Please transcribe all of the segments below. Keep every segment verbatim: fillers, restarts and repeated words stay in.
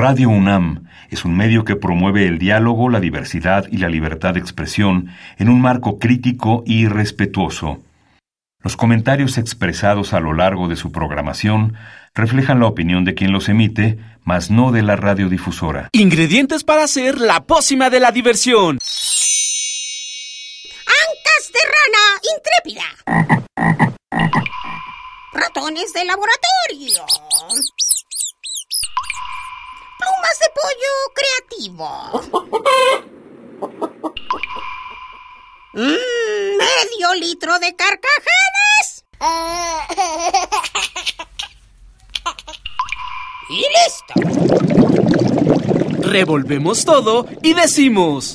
Radio UNAM es un medio que promueve el diálogo, la diversidad y la libertad de expresión en un marco crítico y respetuoso. Los comentarios expresados a lo largo de su programación reflejan la opinión de quien los emite, mas no de la radiodifusora. Ingredientes para hacer la pócima de la diversión. Ancas de rana intrépida. Ratones de laboratorio. Plumas de pollo creativo. Mm, medio litro de carcajadas. Y listo. Revolvemos todo y decimos: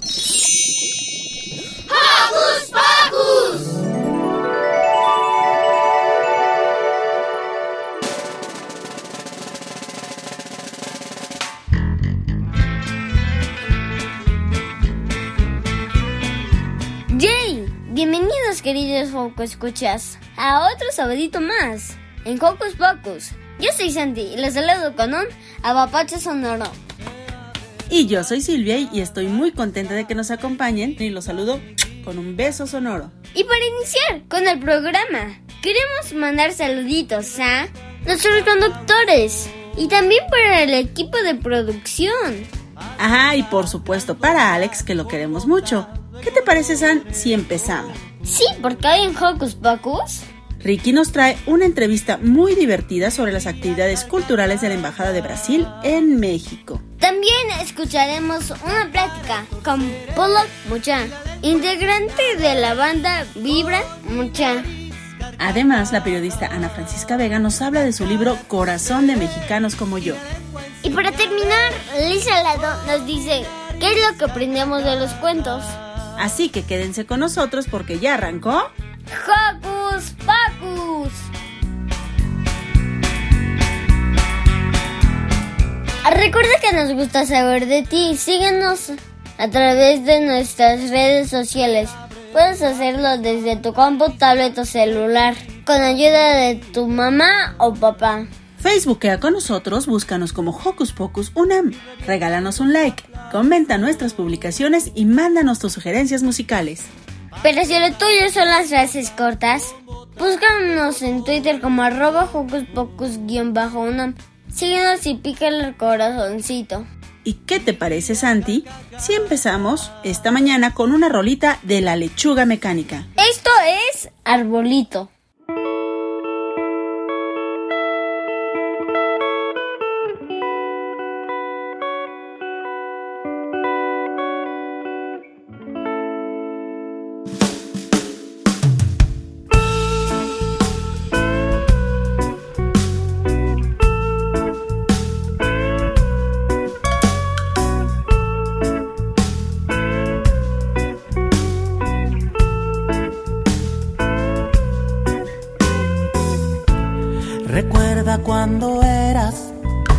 ¡Hocus Pocus! ¡Yay! Bienvenidos, queridos Hocus Escuchas, a otro sabadito más en Hocus Pocus. Yo soy Santi y les saludo con un apapacho sonoro. Y yo soy Silvia y estoy muy contenta de que nos acompañen y los saludo con un beso sonoro. Y para iniciar con el programa, queremos mandar saluditos a nuestros conductores y también para el equipo de producción. Ajá, y por supuesto para Alex, que lo queremos mucho. ¿Qué te parece, San, si empezamos? Sí, porque hoy en Hocus Pocus Ricky nos trae una entrevista muy divertida sobre las actividades culturales de la Embajada de Brasil en México. También escucharemos una plática con Pollock Mucha, integrante de la banda Vibra Mucha. Además, la periodista Ana Francisca Vega nos habla de su libro Corazón de Mexicanos como Yo. Y para terminar, Lisa Lado nos dice qué es lo que aprendemos de los cuentos. Así que quédense con nosotros porque ya arrancó ¡Hocus Pocus! Recuerda que nos gusta saber de ti. Síguenos a través de nuestras redes sociales. Puedes hacerlo desde tu compu, tablet o celular, con ayuda de tu mamá o papá. Facebookea con nosotros, búscanos como Hocus Pocus UNAM. Regálanos un like, comenta nuestras publicaciones y mándanos tus sugerencias musicales. Pero si lo tuyo son las frases cortas, búscanos en Twitter como arroba Hocus Pocus-UNAM. Síguenos y pícale el corazoncito. ¿Y qué te parece, Santi, si empezamos esta mañana con una rolita de La Lechuga Mecánica? Esto es Arbolito. Recuerda cuando eras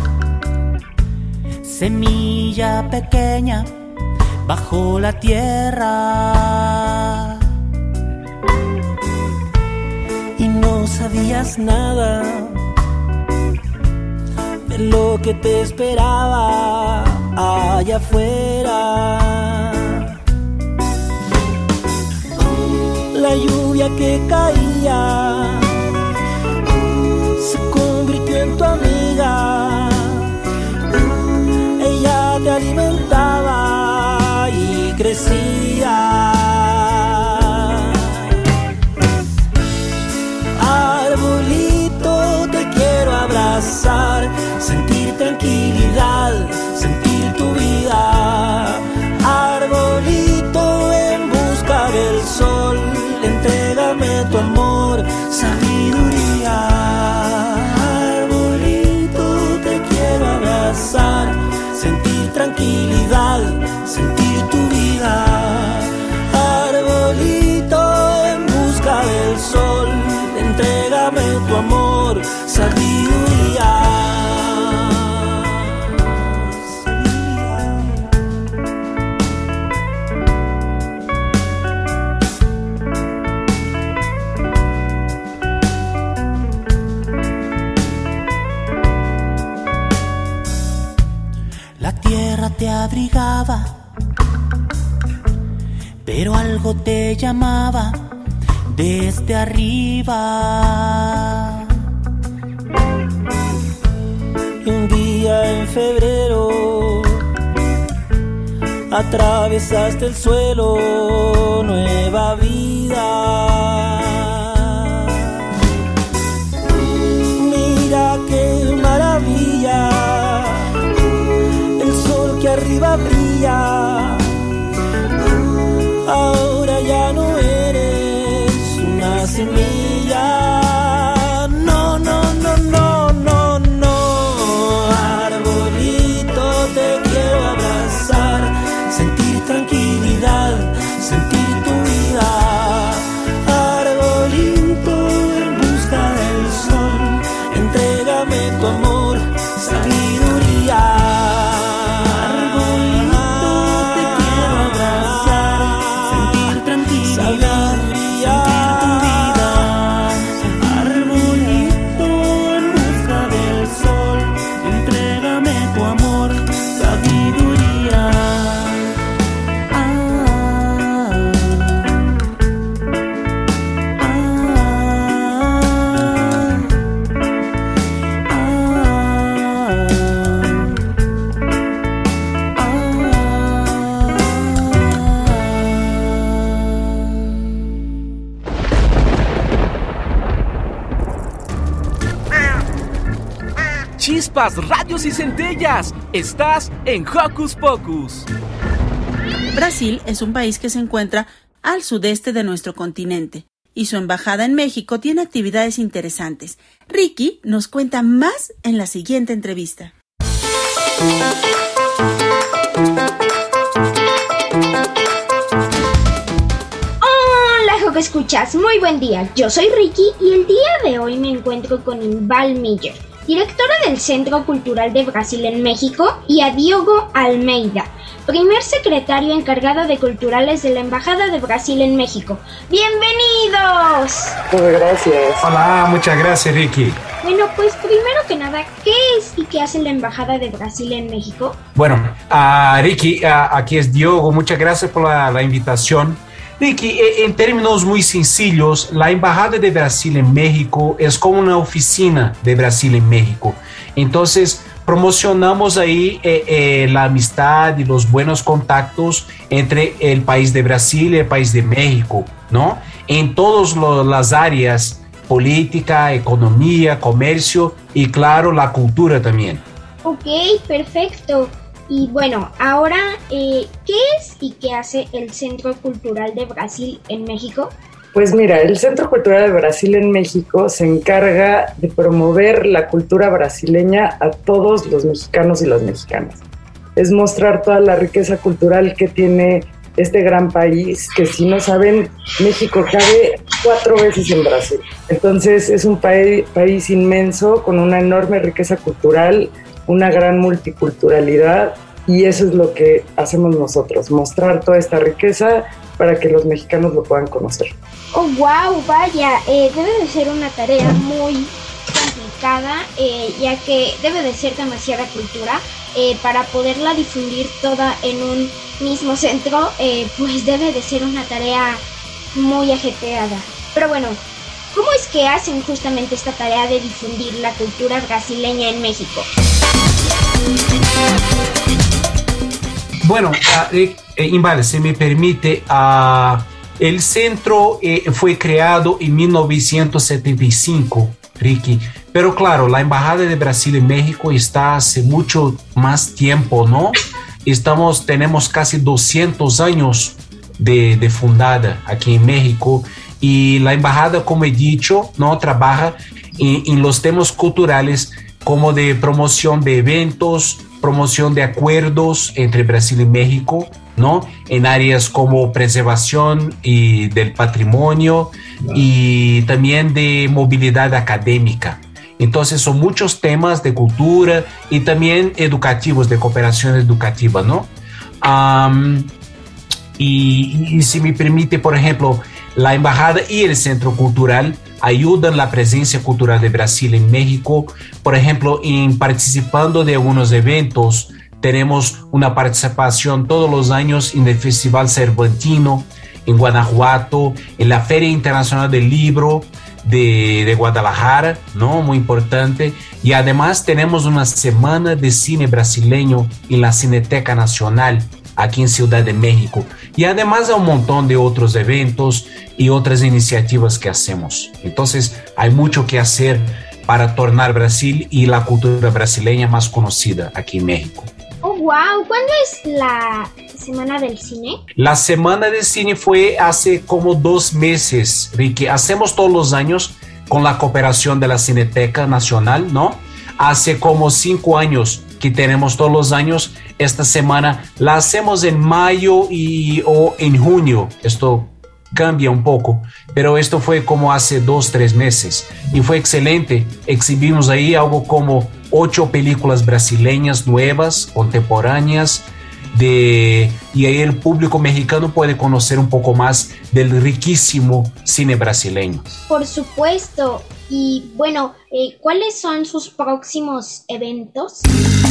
semilla pequeña bajo la tierra y no sabías nada de lo que te esperaba allá afuera. La lluvia que caía en tu amiga, ella te alimentaba y crecía. Arbolito, te quiero abrazar, sentir tranquilidad, sentir tu vida. Arbolito, en busca del sol, entrégame tu amor, sabiduría. Sentir tranquilidad, sentir tu vida. Arbolito, en busca del sol, entrégame tu amor, sabiduría. La tierra te abrigaba, pero algo te llamaba desde arriba. Un día en febrero atravesaste el suelo, nueva vida. Mira qué maravilla, el sol que arriba brilla. Ahora ya no eres una semilla. No, no, no, no, no, no. Arbolito, te quiero abrazar, sentir tranquilidad, sentir tu vida. Arbolito, en busca del sol, entrégame tu amor, sabiduría. Chispas, rayos y centellas. Estás en Hocus Pocus. Brasil es un país que se encuentra al sudeste de nuestro continente y su embajada en México tiene actividades interesantes. Ricky nos cuenta más en la siguiente entrevista. Hola, Hocus Escuchas, muy buen día. Yo soy Ricky y el día de hoy me encuentro con Inval Miller, directora del Centro Cultural de Brasil en México, y a Diogo Almeida, primer secretario encargado de culturales de la Embajada de Brasil en México. ¡Bienvenidos! Muchas gracias. Hola, muchas gracias, Ricky. Bueno, pues primero que nada, ¿qué es y qué hace la Embajada de Brasil en México? Bueno, uh, Ricky, uh, aquí es Diogo, muchas gracias por la, la invitación. Ricky, en términos muy sencillos, la Embajada de Brasil en México es como una oficina de Brasil en México. Entonces, promocionamos ahí eh, eh, la amistad y los buenos contactos entre el país de Brasil y el país de México, ¿no? En todas las áreas, política, economía, comercio y, claro, la cultura también. Ok, perfecto. Y bueno, ahora, eh, ¿qué es y qué hace el Centro Cultural de Brasil en México? Pues mira, el Centro Cultural de Brasil en México se encarga de promover la cultura brasileña a todos los mexicanos y las mexicanas. Es mostrar toda la riqueza cultural que tiene este gran país, que si no saben, México cabe cuatro veces en Brasil. Entonces es un país, país inmenso con una enorme riqueza cultural, una gran multiculturalidad, y eso es lo que hacemos nosotros, mostrar toda esta riqueza para que los mexicanos lo puedan conocer. Oh, wow, vaya, eh, debe de ser una tarea muy complicada, eh, ya que debe de ser demasiada cultura eh, para poderla difundir toda en un mismo centro, eh, pues debe de ser una tarea muy ajetreada. Pero bueno, ¿cómo es que hacen justamente esta tarea de difundir la cultura brasileña en México? Bueno, uh, eh, Inval, si me permite, uh, el centro eh, fue creado en mil novecientos setenta y cinco, Ricky, pero claro, la Embajada de Brasil en México está hace mucho más tiempo, ¿no? Estamos, tenemos casi doscientos años de, de fundada aquí en México, y la Embajada, como he dicho, ¿no? Trabaja en, en los temas culturales como de promoción de eventos, promoción de acuerdos entre Brasil y México, ¿no? En áreas como preservación y del patrimonio y también de movilidad académica. Entonces son muchos temas de cultura y también educativos, de cooperación educativa, ¿no? Um, y, y si me permite, por ejemplo, la Embajada y el Centro Cultural ayudan la presencia cultural de Brasil en México, por ejemplo, en participando de algunos eventos tenemos una participación todos los años en el Festival Cervantino, en Guanajuato, en la Feria Internacional del Libro de, de Guadalajara, ¿no? Muy importante. Y además tenemos una semana de cine brasileño en la Cineteca Nacional, aquí en Ciudad de México. Y además hay un montón de otros eventos y otras iniciativas que hacemos. Entonces hay mucho que hacer para tornar Brasil y la cultura brasileña más conocida aquí en México. Oh, wow. ¿Cuándo es la Semana del Cine? La Semana del Cine fue hace como dos meses, Ricky. Hacemos todos los años con la cooperación de la Cineteca Nacional, ¿no? Hace como cinco años que tenemos todos los años esta semana. La hacemos en mayo y, o en junio. Esto cambia un poco, pero esto fue como hace dos, tres meses y fue excelente. Exhibimos ahí algo como ocho películas brasileñas nuevas, contemporáneas, de, y ahí el público mexicano puede conocer un poco más del riquísimo cine brasileño. Por supuesto. Y bueno, eh, ¿cuáles son sus próximos eventos?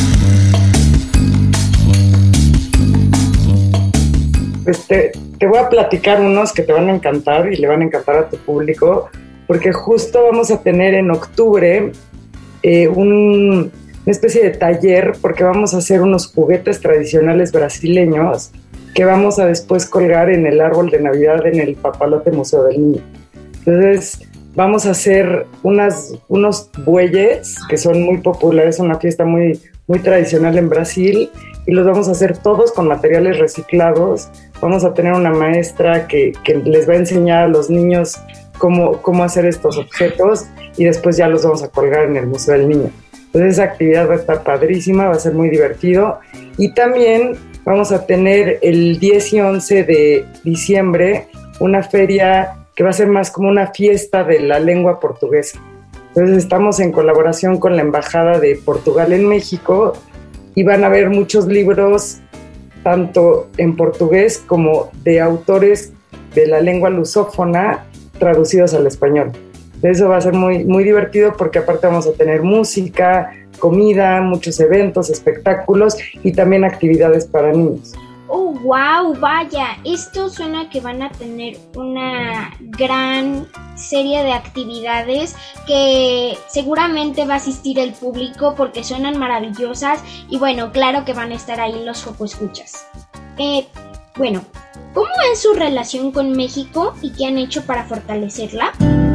Pues te, te voy a platicar unos que te van a encantar y le van a encantar a tu público, porque justo vamos a tener en octubre eh, un, una especie de taller, porque vamos a hacer unos juguetes tradicionales brasileños que vamos a después colgar en el árbol de Navidad en el Papalote Museo del Niño. Entonces vamos a hacer unas, unos bueyes que son muy populares, una fiesta muy, muy tradicional en Brasil, y los vamos a hacer todos con materiales reciclados. Vamos a tener una maestra que, que les va a enseñar a los niños cómo, cómo hacer estos objetos y después ya los vamos a colgar en el Museo del Niño. Entonces esa actividad va a estar padrísima, va a ser muy divertido. Y también vamos a tener el diez y once de diciembre una feria que va a ser más como una fiesta de la lengua portuguesa. Entonces estamos en colaboración con la Embajada de Portugal en México y van a haber muchos libros tanto en portugués como de autores de la lengua lusófona traducidos al español. Eso va a ser muy, muy divertido porque aparte vamos a tener música, comida, muchos eventos, espectáculos y también actividades para niños. Oh, wow, vaya, esto suena que van a tener una gran serie de actividades que seguramente va a asistir el público porque suenan maravillosas y bueno, claro que van a estar ahí los focoescuchas. Eh, bueno, ¿cómo es su relación con México y qué han hecho para fortalecerla?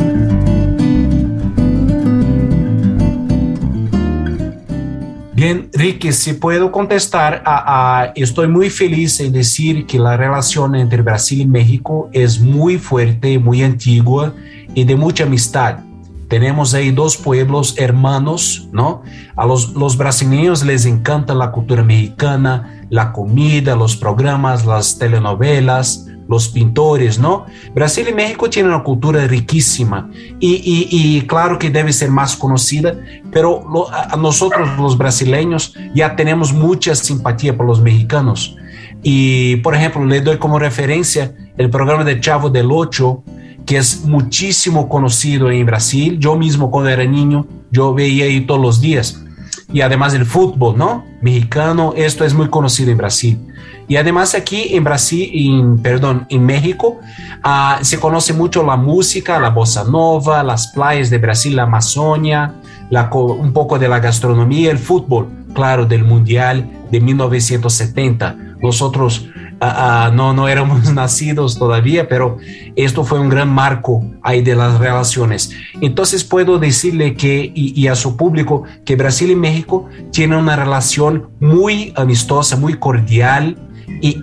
Bien, Ricky, si puedo contestar, a, a, estoy muy feliz en decir que la relación entre Brasil y México es muy fuerte, muy antigua y de mucha amistad. Tenemos ahí dos pueblos hermanos, ¿no? A los, los brasileños les encanta la cultura mexicana, la comida, los programas, las telenovelas, los pintores, ¿no? Brasil y México tienen una cultura riquísima y, y, y claro que debe ser más conocida, pero lo, a nosotros los brasileños ya tenemos mucha simpatía por los mexicanos. Y, por ejemplo, le doy como referencia el programa de Chavo del Ocho, que es muchísimo conocido en Brasil. Yo mismo cuando era niño, yo veía ahí todos los días. Y además el fútbol, ¿no? Mexicano, esto es muy conocido en Brasil. Y además aquí en Brasil, en, perdón, en México, uh, se conoce mucho la música, la bossa nova, las playas de Brasil, la Amazonia, la, un poco de la gastronomía, el fútbol, claro, del Mundial de mil novecientos setenta. Nosotros uh, uh, no, no éramos nacidos todavía, pero esto fue un gran marco ahí de las relaciones. Entonces puedo decirle que, y, y a su público, que Brasil y México tienen una relación muy amistosa, muy cordial, y,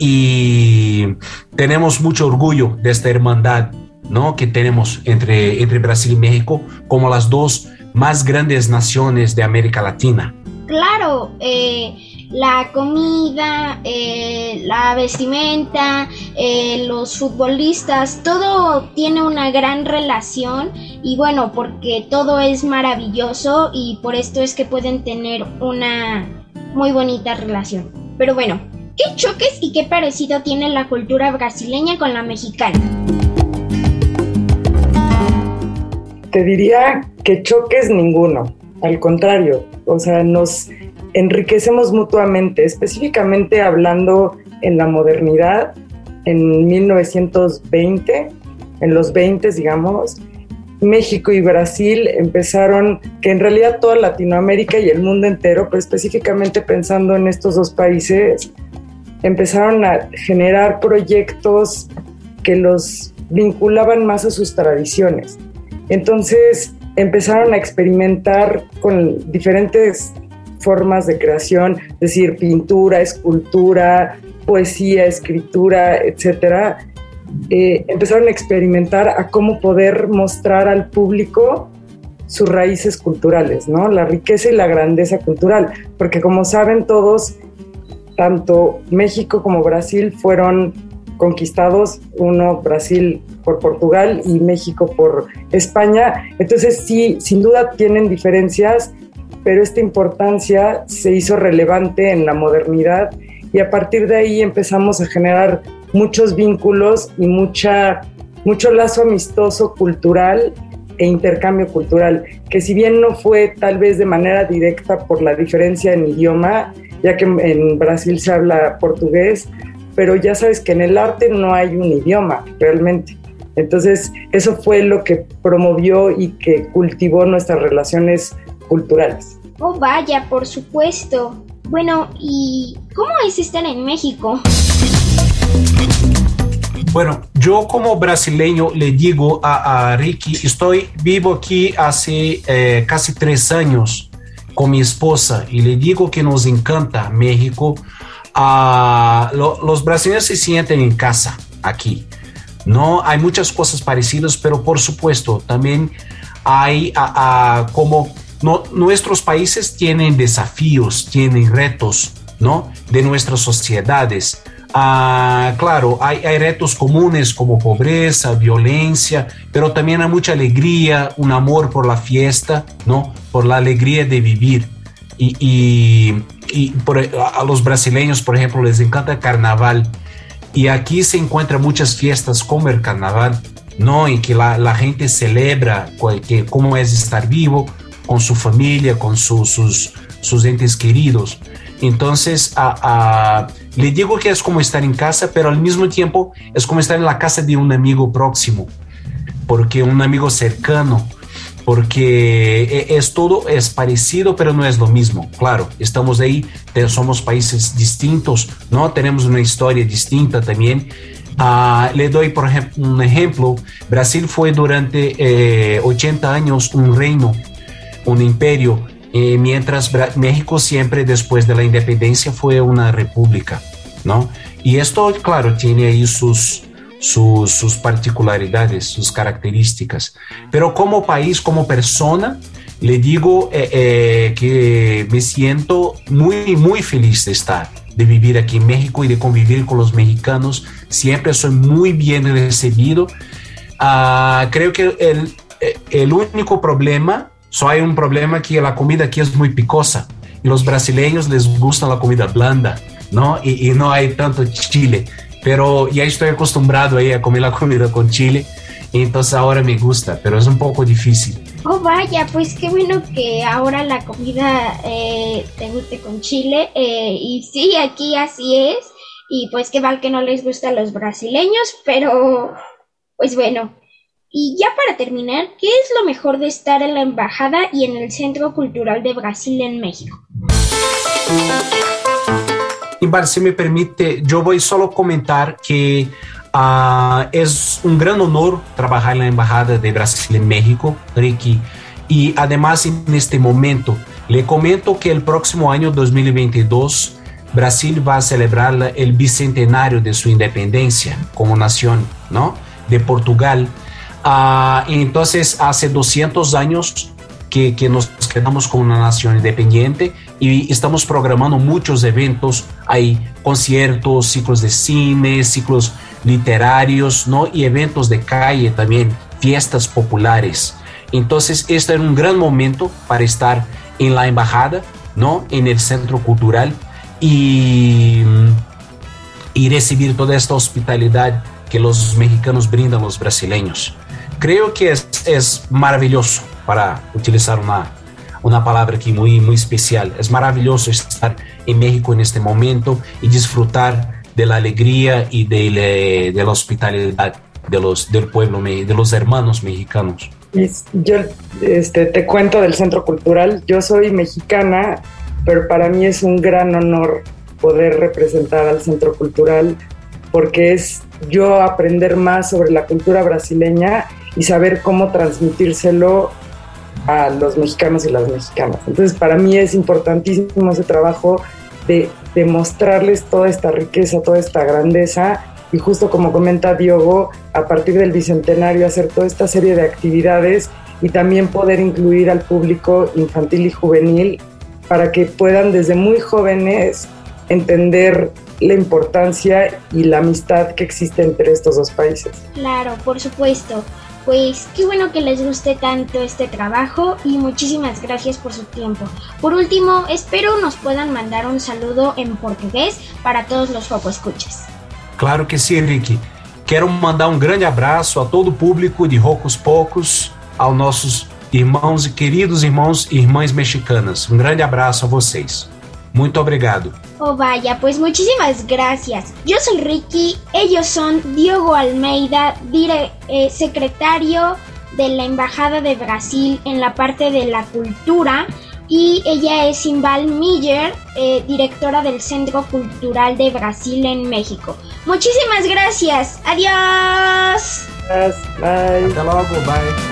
y tenemos mucho orgullo de esta hermandad, ¿no? Que tenemos entre, entre Brasil y México como las dos más grandes naciones de América Latina. Claro, eh, la comida, eh, la vestimenta, eh, los futbolistas, todo tiene una gran relación y bueno, porque todo es maravilloso y por esto es que pueden tener una muy bonita relación. Pero bueno, ¿qué choques y qué parecido tiene la cultura brasileña con la mexicana? Te diría que choques ninguno, al contrario, o sea, nos, enriquecemos mutuamente, específicamente hablando en la modernidad, en mil novecientos veinte, en los veinte, digamos, México y Brasil empezaron, que en realidad toda Latinoamérica y el mundo entero, pero específicamente pensando en estos dos países, empezaron a generar proyectos que los vinculaban más a sus tradiciones. Entonces empezaron a experimentar con diferentes formas de creación, es decir, pintura, escultura, poesía, escritura, etcétera. Eh, empezaron a experimentar a cómo poder mostrar al público sus raíces culturales, ¿no? La riqueza y la grandeza cultural, porque como saben todos, tanto México como Brasil fueron conquistados, uno Brasil por Portugal y México por España, entonces sí, sin duda tienen diferencias, pero esta importancia se hizo relevante en la modernidad y a partir de ahí empezamos a generar muchos vínculos y mucha, mucho lazo amistoso cultural e intercambio cultural, que si bien no fue tal vez de manera directa por la diferencia en idioma, ya que en Brasil se habla portugués, pero ya sabes que en el arte no hay un idioma realmente. Entonces eso fue lo que promovió y que cultivó nuestras relaciones culturales. Oh, vaya, por supuesto. Bueno, ¿y cómo es estar en México? Bueno, yo como brasileño le digo a, a Ricky, estoy vivo aquí hace eh, casi tres años con mi esposa y le digo que nos encanta México. Uh, lo, los brasileños se sienten en casa aquí. No hay muchas cosas parecidas, pero por supuesto también hay uh, uh, como no, nuestros países tienen desafíos, tienen retos, ¿no? De nuestras sociedades. Uh, claro, hay, hay retos comunes como pobreza, violencia, pero también hay mucha alegría, un amor por la fiesta, ¿no? Por la alegría de vivir. Y, y, y por, a los brasileños, por ejemplo, les encanta el carnaval. Y aquí se encuentran muchas fiestas como el carnaval, ¿no? En que la, la gente celebra que, cómo es estar vivo con su familia, con su, sus, sus entes queridos. Entonces, a, a, le digo que es como estar en casa, pero al mismo tiempo es como estar en la casa de un amigo próximo, porque un amigo cercano, porque es todo, es parecido, pero no es lo mismo. Claro, estamos ahí, somos países distintos, ¿no? Tenemos una historia distinta también. Uh, le doy, por ejemplo, un ejemplo. Brasil fue durante eh, ochenta años un reino, un imperio, Eh, mientras Bra- México siempre después de la independencia fue una república, ¿no? Y esto, claro, tiene ahí sus, sus, sus particularidades, sus características. Pero como país, como persona, le digo eh, eh, que me siento muy, muy feliz de estar, de vivir aquí en México y de convivir con los mexicanos. Siempre soy muy bien recibido. Uh, creo que el, el único problema... Só hay un problema que la comida aquí es muy picosa y los brasileños les gusta la comida blanda, ¿no? Y, y no hay tanto chile, pero ya estoy acostumbrado ahí a comer la comida con chile, y entonces ahora me gusta, pero es un poco difícil. Oh, vaya, pues qué bueno que ahora la comida eh, te guste con chile, eh, y sí, aquí así es, y pues qué mal que no les gusta a los brasileños, pero pues bueno. Y ya para terminar, ¿qué es lo mejor de estar en la Embajada y en el Centro Cultural de Brasil en México? Ibar, si me permite, yo voy solo a comentar que uh, es un gran honor trabajar en la Embajada de Brasil en México, Ricky, y además en este momento le comento que el próximo año dos mil veintidós Brasil va a celebrar el bicentenario de su independencia como nación, ¿no? De Portugal. Uh, entonces hace doscientos años que, que nos quedamos con una nación independiente y estamos programando muchos eventos, hay conciertos, ciclos de cine, ciclos literarios, ¿no? Y eventos de calle también, fiestas populares. Entonces este es un gran momento para estar en la embajada, ¿no? En el centro cultural y, y recibir toda esta hospitalidad que los mexicanos brindan a los brasileños. Creo que es, es maravilloso, para utilizar una, una palabra aquí muy, muy especial. Es maravilloso estar en México en este momento y disfrutar de la alegría y de, de la hospitalidad de los, del pueblo, de los hermanos mexicanos. Y yo este, te cuento del Centro Cultural. Yo soy mexicana, pero para mí es un gran honor poder representar al Centro Cultural, porque es yo aprender más sobre la cultura brasileña y saber cómo transmitírselo a los mexicanos y las mexicanas. Entonces, para mí es importantísimo ese trabajo de, de mostrarles toda esta riqueza, toda esta grandeza, y justo como comenta Diogo, a partir del Bicentenario hacer toda esta serie de actividades y también poder incluir al público infantil y juvenil para que puedan desde muy jóvenes entender la importancia y la amistad que existe entre estos dos países. Claro, por supuesto. Pues qué bueno que les guste tanto este trabajo y muchísimas gracias por su tiempo. Por último, espero nos puedan mandar un saludo en portugués para todos los Foco Escuchas. Claro que sim, Ricky. Quero mandar um grande abraço a todo o público de Hocus Pocus, aos nossos irmãos e queridos irmãos e irmãs mexicanas. Um grande abraço a vocês. Muito obrigado. Oh, vaya, pues muchísimas gracias. Yo soy Ricky, ellos son Diogo Almeida, dire, eh, secretario de la Embajada de Brasil en la parte de la cultura, y ella es Simbal Miller, eh, directora del Centro Cultural de Brasil en México. Muchísimas gracias. Adiós. Gracias. Bye. Hasta luego. Bye.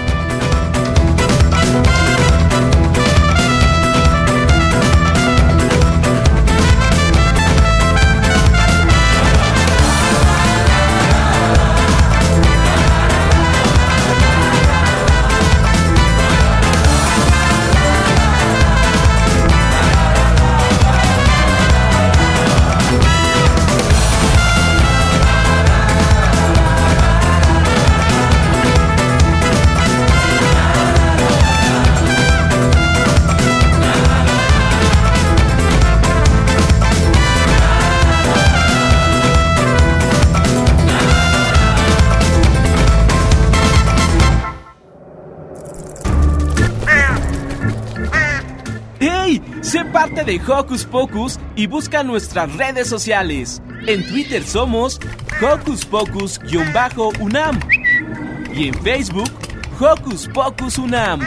Sé parte de Hocus Pocus y busca nuestras redes sociales. En Twitter somos Hocus Pocus-UNAM y en Facebook Hocus Pocus UNAM.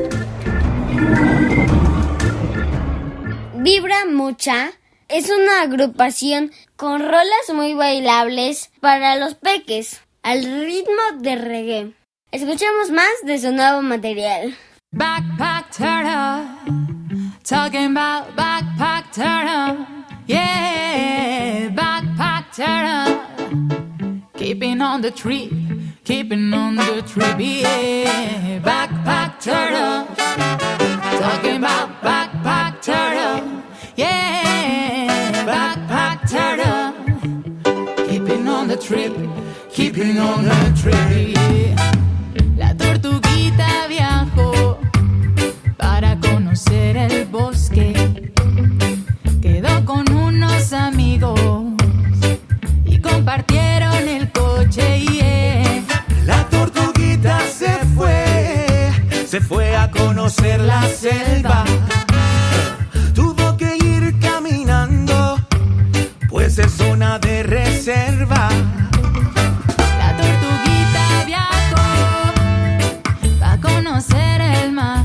Vibra Mucha es una agrupación con rolas muy bailables para los peques, al ritmo de reggae. Escuchamos más de su nuevo material. Backpack turtle, talking about backpack turtle, yeah, backpack turtle, keeping on the trip, keeping on the trip, yeah, backpack turtle, talking about backpack turtle, yeah, backpack turtle, keeping on the trip, keeping on the trip, yeah. La tortuguita viajó para conocer el bosque, quedó con unos amigos y compartieron el coche, yeah. La tortuguita se fue, se fue a conocer la selva, tuvo que ir caminando, pues es zona de reserva. La tortuguita viajó para conocer el mar,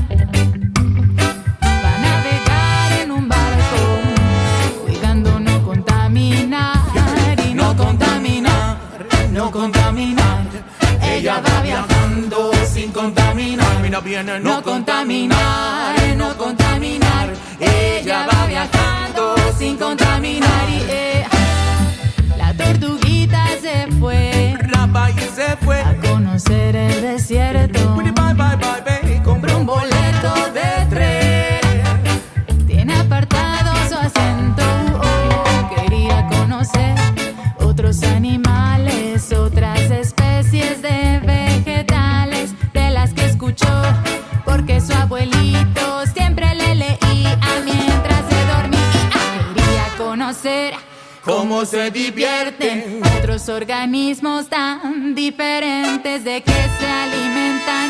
contaminar, ella va viajando sin contaminar, mira viene no, no contaminar, no contaminar, ella va viajando sin contaminar, y eh, la tortuguita se fue, Rapa y se fue a conocer el desierto, bye, bye, bye, bye. Compró un boleto de tren, tiene apartado su acento, oh, quería conocer otros animales, otras especies de vegetales, de las que escuchó, porque su abuelito siempre le leía mientras se dormía. Quería conocer cómo se divierten otros organismos tan diferentes, de que se alimentan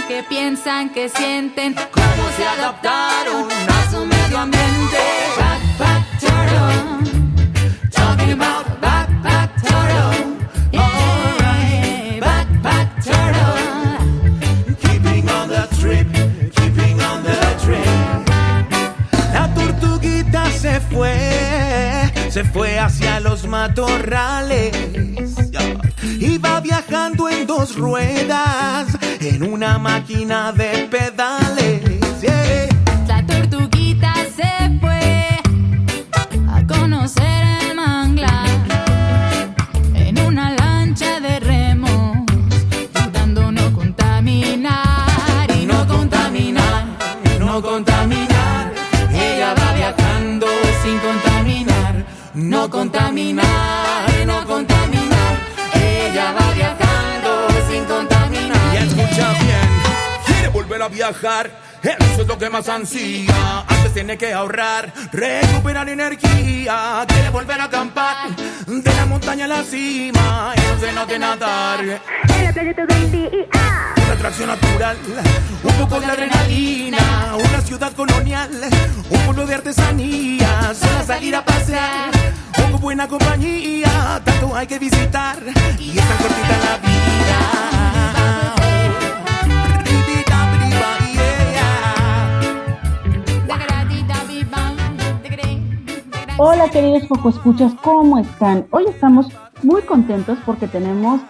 hablan, qué piensan, qué sienten, cómo se adaptaron a su medio ambiente. Backpack turtle, talking about backpack turtle. Yeah, backpack turtle, keeping on the trip, keeping on the trip. La tortuguita se fue, se fue hacia los matorrales. Iba viajando en dos ruedas, en una máquina de pedales. Yeah. La tortuguita se fue a conocer el manglar, en una lancha de remos, intentando no contaminar y no contaminar, no contaminar. Ella va viajando sin contaminar, no contaminar, no contaminar. Ella va viajando sin contaminar. Y escucha bien, quiere volver a viajar, eso es lo que más ansía. Antes tiene que ahorrar, recuperar energía. Quiere volver a acampar, de la montaña a la cima, y no se note nadar en la playa todo el día. Una atracción natural, un poco de adrenalina, una ciudad colonial, un pueblo de artesanía. Sola salir a pasear, con buena compañía. Tanto hay que visitar, y es tan cortita la vida. Hola queridos Jocoescuchas, ¿cómo están? Hoy estamos muy contentos porque tenemos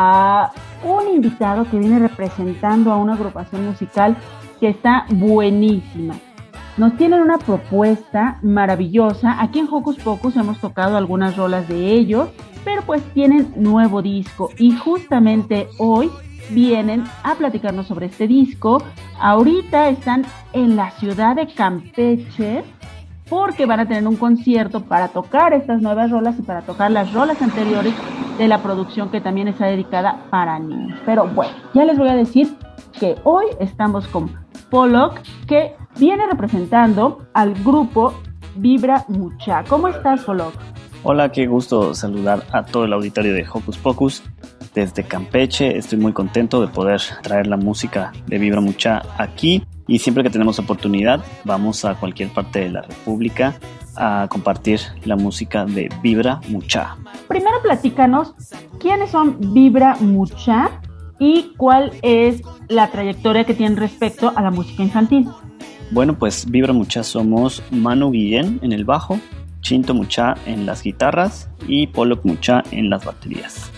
a un invitado que viene representando a una agrupación musical que está buenísima. Nos tienen una propuesta maravillosa. Aquí en Hocus Pocus hemos tocado algunas rolas de ellos, pero pues tienen nuevo disco y justamente hoy vienen a platicarnos sobre este disco. Ahorita están en la ciudad de Campeche porque van a tener un concierto para tocar estas nuevas rolas y para tocar las rolas anteriores de la producción que también está dedicada para niños. Pero bueno, ya les voy a decir que hoy estamos con Pollock, que viene representando al grupo Vibra Mucha. ¿Cómo estás, Pollock? Hola, qué gusto saludar a todo el auditorio de Hocus Pocus desde Campeche. Estoy muy contento de poder traer la música de Vibra Mucha aquí. Y siempre que tenemos oportunidad, vamos a cualquier parte de la República a compartir la música de Vibra Mucha. Primero platícanos quiénes son Vibra Mucha y cuál es la trayectoria que tienen respecto a la música infantil. Bueno, pues Vibra Mucha somos Manu Guillén en el bajo, Chinto Mucha en las guitarras y Pollock Mucha en las baterías.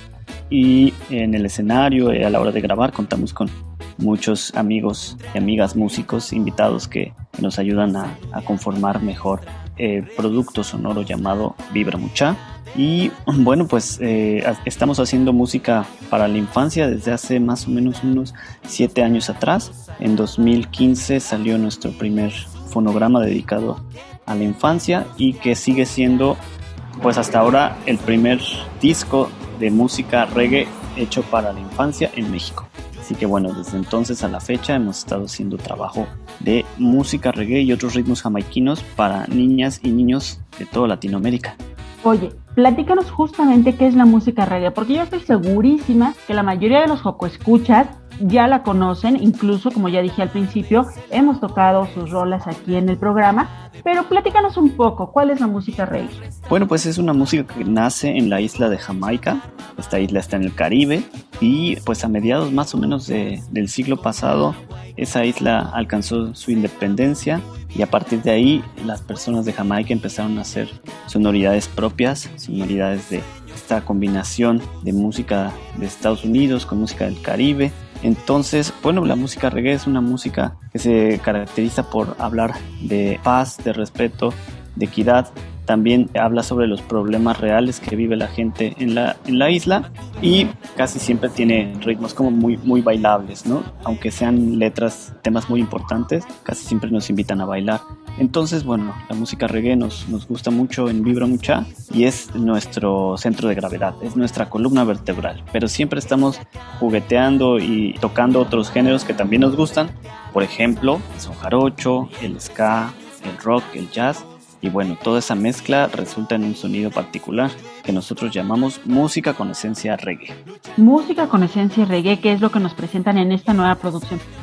Y en el escenario, a la hora de grabar, contamos con muchos amigos y amigas músicos invitados que nos ayudan a, a conformar mejor el producto sonoro llamado Vibra Mucha. Y bueno, pues eh, estamos haciendo música para la infancia desde hace más o menos unos siete años atrás. En dos mil quince salió nuestro primer fonograma dedicado a la infancia y que sigue siendo pues hasta ahora el primer disco de música reggae hecho para la infancia en México. Así que bueno, desde entonces a la fecha hemos estado haciendo trabajo de música reggae y otros ritmos jamaiquinos para niñas y niños de toda Latinoamérica. Oye, platícanos justamente qué es la música reggae, porque yo estoy segurísima que la mayoría de los jocoescuchas ya la conocen, incluso como ya dije al principio, hemos tocado sus rolas aquí en el programa, pero platícanos un poco, ¿cuál es la música reggae? Bueno, pues es una música que nace en la isla de Jamaica. Esta isla está en el Caribe y pues a mediados más o menos de, del siglo pasado esa isla alcanzó su independencia y a partir de ahí las personas de Jamaica empezaron a hacer sonoridades propias, sonoridades de esta combinación de música de Estados Unidos con música del Caribe. Entonces, bueno, la música reggae es una música que se caracteriza por hablar de paz, de respeto, de equidad. También habla sobre los problemas reales que vive la gente en la, en la isla y casi siempre tiene ritmos como muy, muy bailables, ¿no? Aunque sean letras, temas muy importantes, casi siempre nos invitan a bailar. Entonces, bueno, la música reggae nos, nos gusta mucho en Vibra Mucha y es nuestro centro de gravedad, es nuestra columna vertebral. Pero siempre estamos jugueteando y tocando otros géneros que también nos gustan. Por ejemplo, el son jarocho, el ska, el rock, el jazz. Y bueno, toda esa mezcla resulta en un sonido particular que nosotros llamamos música con esencia reggae. Música con esencia reggae, que es lo que nos presentan en esta nueva producción.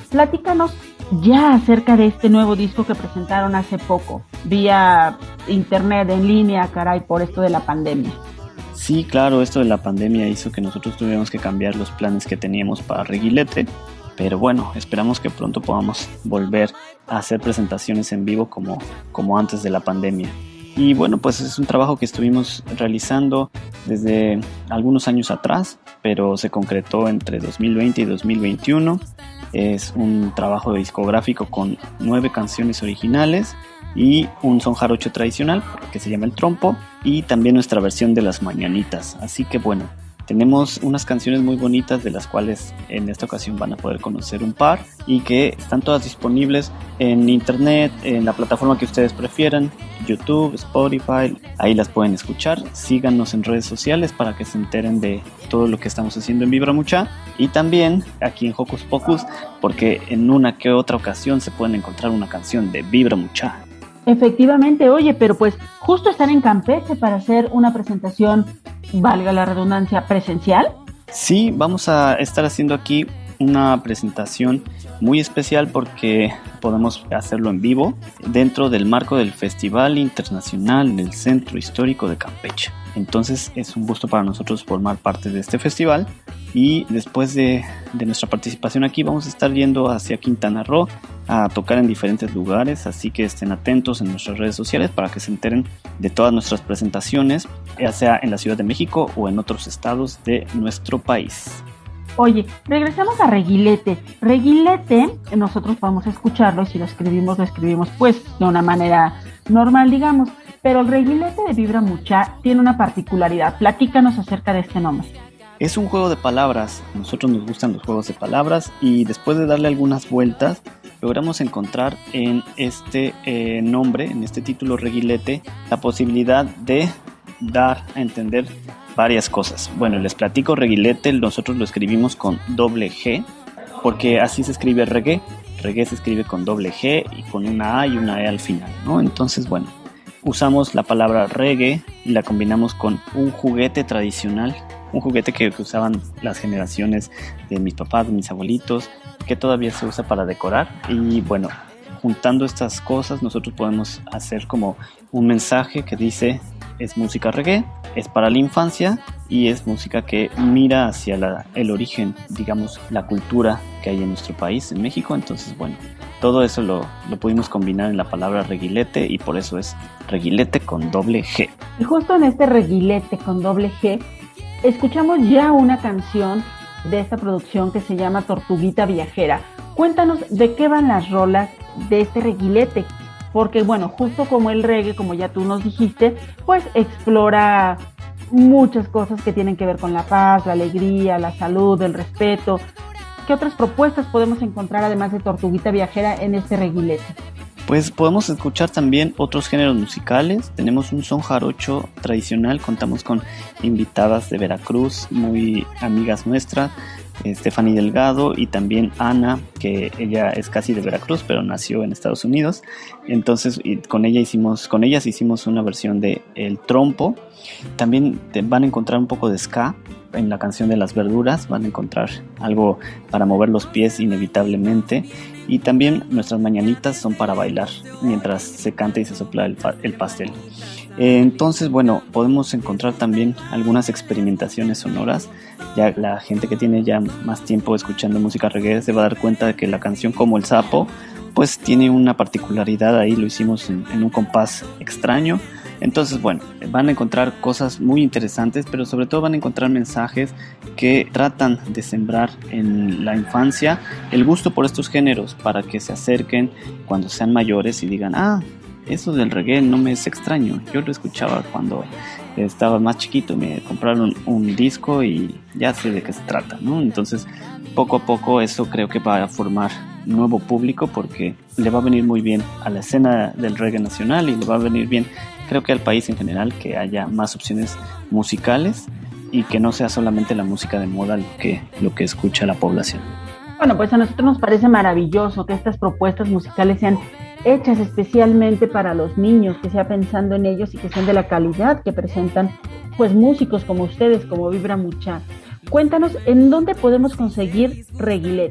platícanos ya acerca de este nuevo disco que presentaron hace poco, vía internet, en línea, caray, por esto de la pandemia. Sí, claro, esto de la pandemia hizo que nosotros tuviéramos que cambiar los planes que teníamos para Reguilete, pero bueno, esperamos que pronto podamos volver a hacer presentaciones en vivo como, como antes de la pandemia. Y bueno, pues es un trabajo que estuvimos realizando desde algunos años atrás, pero se concretó entre dos mil veinte y dos mil veintiuno. Es un trabajo discográfico con nueve canciones originales y un son jarocho tradicional que se llama El Trompo, y también nuestra versión de Las Mañanitas. Así que bueno, tenemos unas canciones muy bonitas de las cuales en esta ocasión van a poder conocer un par y que están todas disponibles en internet, en la plataforma que ustedes prefieran, YouTube, Spotify, ahí las pueden escuchar. Síganos en redes sociales para que se enteren de todo lo que estamos haciendo en Vibra Mucha, y también aquí en Hocus Pocus, porque en una que otra ocasión se pueden encontrar una canción de Vibra Mucha. Efectivamente, oye, pero pues justo están en Campeche para hacer una presentación, valga la redundancia, presencial. Sí, vamos a estar haciendo aquí una presentación muy especial porque podemos hacerlo en vivo dentro del marco del Festival Internacional del Centro Histórico de Campeche. Entonces es un gusto para nosotros formar parte de este festival, y después de, de nuestra participación aquí vamos a estar yendo hacia Quintana Roo a tocar en diferentes lugares, así que estén atentos en nuestras redes sociales para que se enteren de todas nuestras presentaciones, ya sea en la Ciudad de México o en otros estados de nuestro país. Oye, regresamos a Reguilete. Reguilete, nosotros podemos escucharlo, y si lo escribimos, lo escribimos pues de una manera normal, digamos, pero el Reguilete de Vibra Mucha tiene una particularidad. Platícanos acerca de este nombre. Es un juego de palabras. A nosotros nos gustan los juegos de palabras, y después de darle algunas vueltas logramos encontrar en este eh, nombre, en este título Reguilete, la posibilidad de dar a entender varias cosas. Bueno, les platico. Reguilete nosotros lo escribimos con doble G, porque así se escribe reggae. Reggae se escribe con doble G y con una A y una E al final, ¿no? Entonces, bueno, usamos la palabra reggae y la combinamos con un juguete tradicional, un juguete que, que usaban las generaciones de mis papás, de mis abuelitos, que todavía se usa para decorar. Y bueno, juntando estas cosas nosotros podemos hacer como un mensaje que dice: es música reggae, es para la infancia y es música que mira hacia la, el origen, digamos, la cultura que hay en nuestro país, en México. Entonces, bueno, todo eso lo, lo pudimos combinar en la palabra Reguilete, y por eso es Reguilete con doble G. Y justo en este Reguilete con doble G, escuchamos ya una canción de esta producción que se llama Tortuguita Viajera. Cuéntanos de qué van las rolas de este Reguilete, porque bueno, justo como el reggae, como ya tú nos dijiste, pues explora muchas cosas que tienen que ver con la paz, la alegría, la salud, el respeto. ¿Qué otras propuestas podemos encontrar además de Tortuguita Viajera en este Reguilete? Pues podemos escuchar también otros géneros musicales. Tenemos un son jarocho tradicional, contamos con invitadas de Veracruz, muy amigas nuestras, Stephanie Delgado y también Ana, que ella es casi de Veracruz, pero nació en Estados Unidos. Entonces y con ella hicimos, con ellas hicimos una versión de El Trompo. También te van a encontrar un poco de ska en la canción de Las Verduras, van a encontrar algo para mover los pies inevitablemente. Y también nuestras mañanitas son para bailar mientras se canta y se sopla el, el pastel. Eh, entonces, bueno, podemos encontrar también algunas experimentaciones sonoras. Ya la gente que tiene ya más tiempo escuchando música reggae se va a dar cuenta de que la canción Como el Sapo pues tiene una particularidad ahí, lo hicimos en, en un compás extraño. Entonces, bueno, van a encontrar cosas muy interesantes, pero sobre todo van a encontrar mensajes que tratan de sembrar en la infancia el gusto por estos géneros, para que se acerquen cuando sean mayores y digan: ah, eso del reggae no me es extraño, yo lo escuchaba cuando estaba más chiquito, me compraron un disco y ya sé de qué se trata, ¿no? Entonces, poco a poco eso creo que va a formar nuevo público, porque le va a venir muy bien a la escena del reggae nacional y le va a venir bien, creo que al país en general, que haya más opciones musicales y que no sea solamente la música de moda lo que, lo que escucha la población. Bueno, pues a nosotros nos parece maravilloso que estas propuestas musicales sean hechas especialmente para los niños, que sea pensando en ellos y que sean de la calidad que presentan pues músicos como ustedes, como Vibra Mucha. Cuéntanos, ¿en dónde podemos conseguir Reguilete?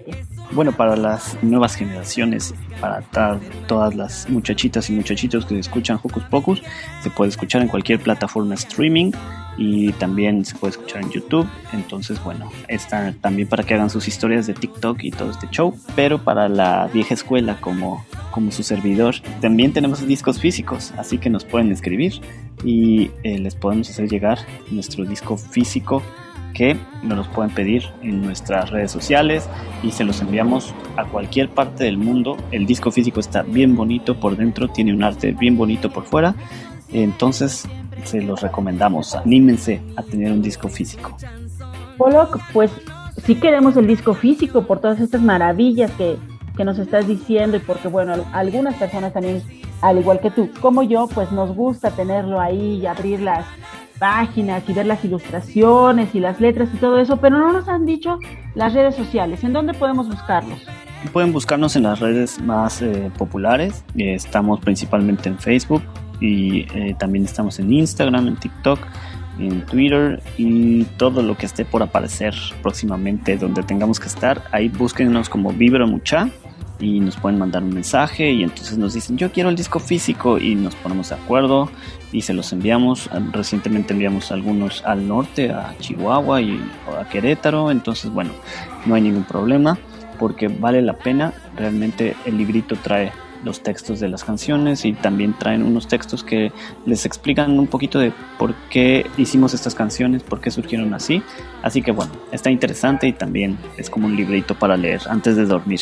bueno, para las nuevas generaciones, para ta- todas las muchachitas y muchachitos que escuchan Hocus Pocus, se puede escuchar en cualquier plataforma streaming y también se puede escuchar en YouTube. Entonces, bueno, está también para que hagan sus historias de TikTok y todo este show. Pero para la vieja escuela, como, como su servidor, también tenemos discos físicos, así que nos pueden escribir y eh, les podemos hacer llegar nuestro disco físico, que nos los pueden pedir en nuestras redes sociales y se los enviamos a cualquier parte del mundo. El disco físico está bien bonito por dentro, tiene un arte bien bonito por fuera, entonces se los recomendamos. Anímense a tener un disco físico. Pollock, pues sí queremos el disco físico por todas estas maravillas que, que nos estás diciendo y porque, bueno, algunas personas también, al igual que tú, como yo, pues nos gusta tenerlo ahí y abrir las páginas y ver las ilustraciones y las letras y todo eso, pero no nos han dicho las redes sociales. ¿En dónde podemos buscarlos? Pueden buscarnos en las redes más eh, populares. Eh, estamos principalmente en Facebook y eh, también estamos en Instagram, en TikTok, en Twitter y todo lo que esté por aparecer próximamente donde tengamos que estar. Ahí búsquenos como Vibra Mucha y nos pueden mandar un mensaje y entonces nos dicen yo quiero el disco físico y nos ponemos de acuerdo y se los enviamos. Recientemente enviamos algunos al norte, a Chihuahua y a Querétaro, entonces bueno, no hay ningún problema porque vale la pena. Realmente el librito trae los textos de las canciones y también traen unos textos que les explican un poquito de por qué hicimos estas canciones, por qué surgieron así. Así que bueno, está interesante y también es como un librito para leer antes de dormir.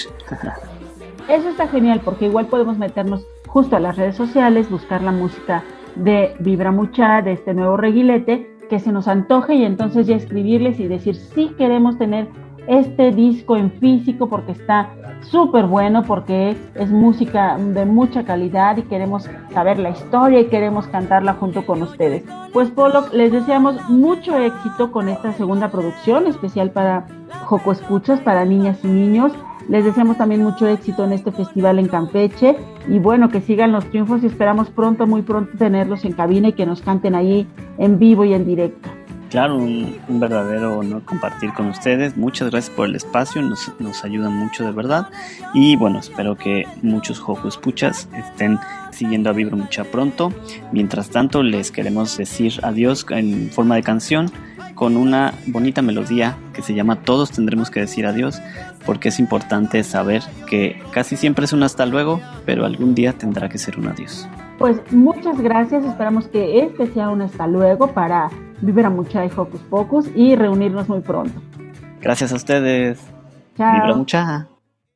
Eso está genial porque igual podemos meternos justo a las redes sociales, buscar la música de Vibra Mucha, de este nuevo reguilete, que se nos antoje y entonces ya escribirles y decir sí queremos tener este disco en físico porque está súper bueno, porque es música de mucha calidad y queremos saber la historia y queremos cantarla junto con ustedes. Pues Pollock, les deseamos mucho éxito con esta segunda producción especial para Joco Escuchas, para niñas y niños. Les deseamos también mucho éxito en este festival en Campeche y bueno, que sigan los triunfos y esperamos pronto, muy pronto tenerlos en cabina y que nos canten ahí en vivo y en directo. Claro, un, un verdadero honor compartir con ustedes. Muchas gracias por el espacio, nos, nos ayudan mucho de verdad y bueno, espero que muchos Joco Escuchas estén siguiendo a Vibra Mucha pronto. Mientras tanto, les queremos decir adiós en forma de canción con una bonita melodía que se llama Todos tendremos que decir adiós, porque es importante saber que casi siempre es un hasta luego, pero algún día tendrá que ser un adiós. Pues muchas gracias, esperamos que este sea un hasta luego para Vibra Mucha y Hocus Pocus y reunirnos muy pronto. Gracias a ustedes. Chao. Vibra Mucha.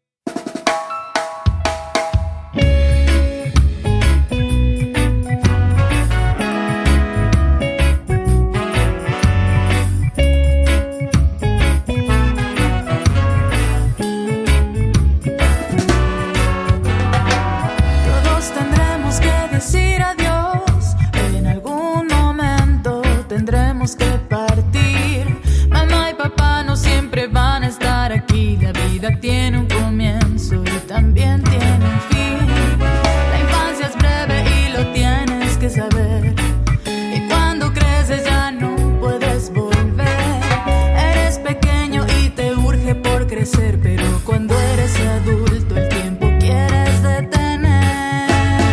Tiene un comienzo y también tiene un fin. La infancia es breve y lo tienes que saber. Y cuando creces ya no puedes volver. Eres pequeño y te urge por crecer, pero cuando eres adulto el tiempo quieres detener.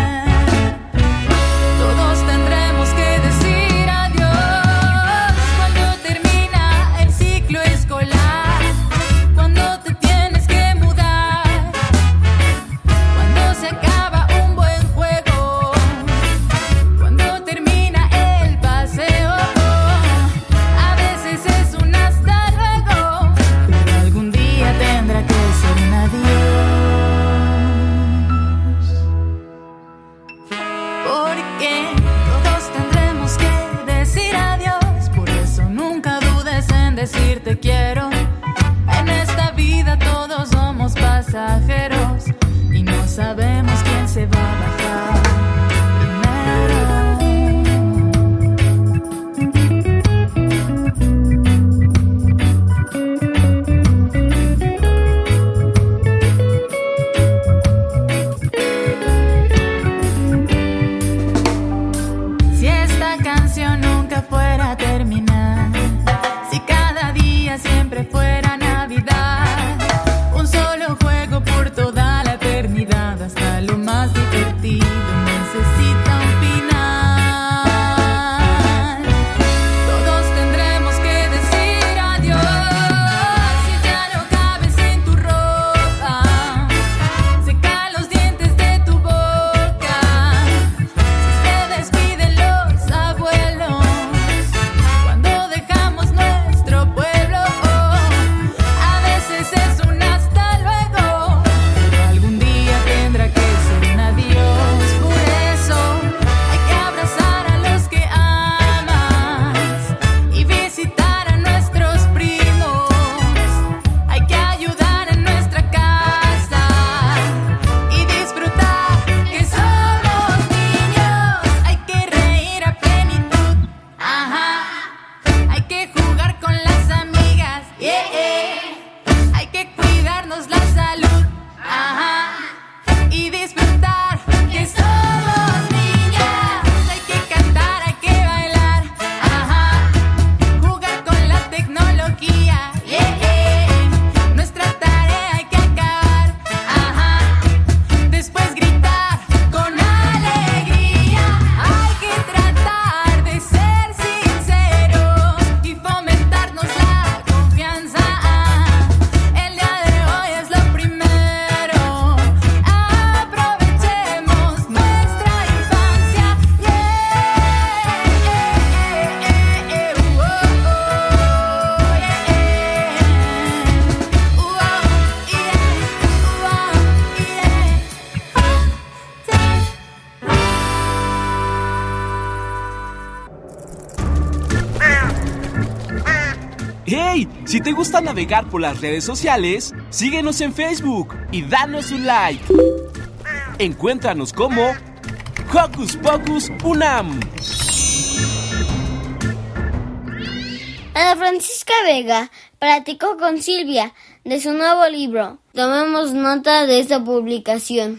Todos tendremos que decir adiós cuando termina el ciclo escolar. Cuando te ¡Hey! Si te gusta navegar por las redes sociales, síguenos en Facebook y danos un like. Encuéntranos como Hocus Pocus UNAM. Ana Francisca Vega platicó con Silvia de su nuevo libro. Tomemos nota de esta publicación.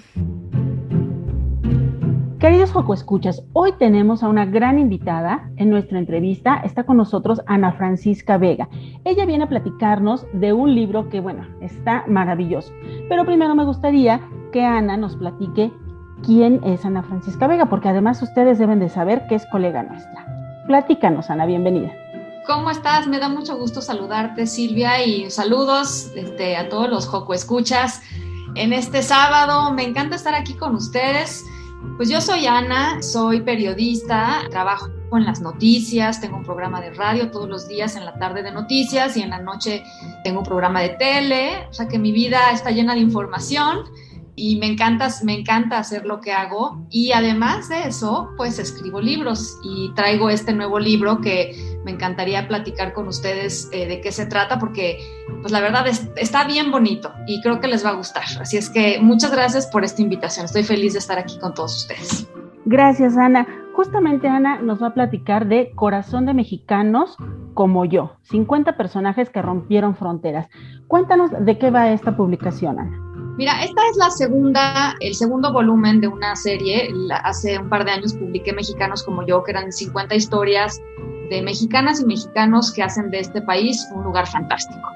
Queridos Jocoescuchas, hoy tenemos a una gran invitada en nuestra entrevista. Está con nosotros Ana Francisca Vega. Ella viene a platicarnos de un libro que, bueno, está maravilloso. Pero primero me gustaría que Ana nos platique quién es Ana Francisca Vega, porque además ustedes deben de saber que es colega nuestra. Platícanos, Ana, bienvenida. ¿Cómo estás? Me da mucho gusto saludarte, Silvia, y saludos este, a todos los Jocoescuchas en este sábado. Me encanta estar aquí con ustedes. Pues yo soy Ana, soy periodista, trabajo en las noticias, tengo un programa de radio todos los días en la tarde de noticias y en la noche tengo un programa de tele, o sea que mi vida está llena de información y me encanta, me encanta hacer lo que hago, y además de eso, pues escribo libros y traigo este nuevo libro que me encantaría platicar con ustedes eh, de qué se trata, porque pues la verdad es, está bien bonito y creo que les va a gustar. Así es que muchas gracias por esta invitación. Estoy feliz de estar aquí con todos ustedes. Gracias, Ana. Justamente Ana nos va a platicar de Corazón de Mexicanos como yo, cincuenta personajes que rompieron fronteras. Cuéntanos de qué va esta publicación, Ana. Mira, esta es la segunda, el segundo volumen de una serie. La, hace un par de años publiqué Mexicanos como yo, que eran cincuenta historias de mexicanas y mexicanos que hacen de este país un lugar fantástico.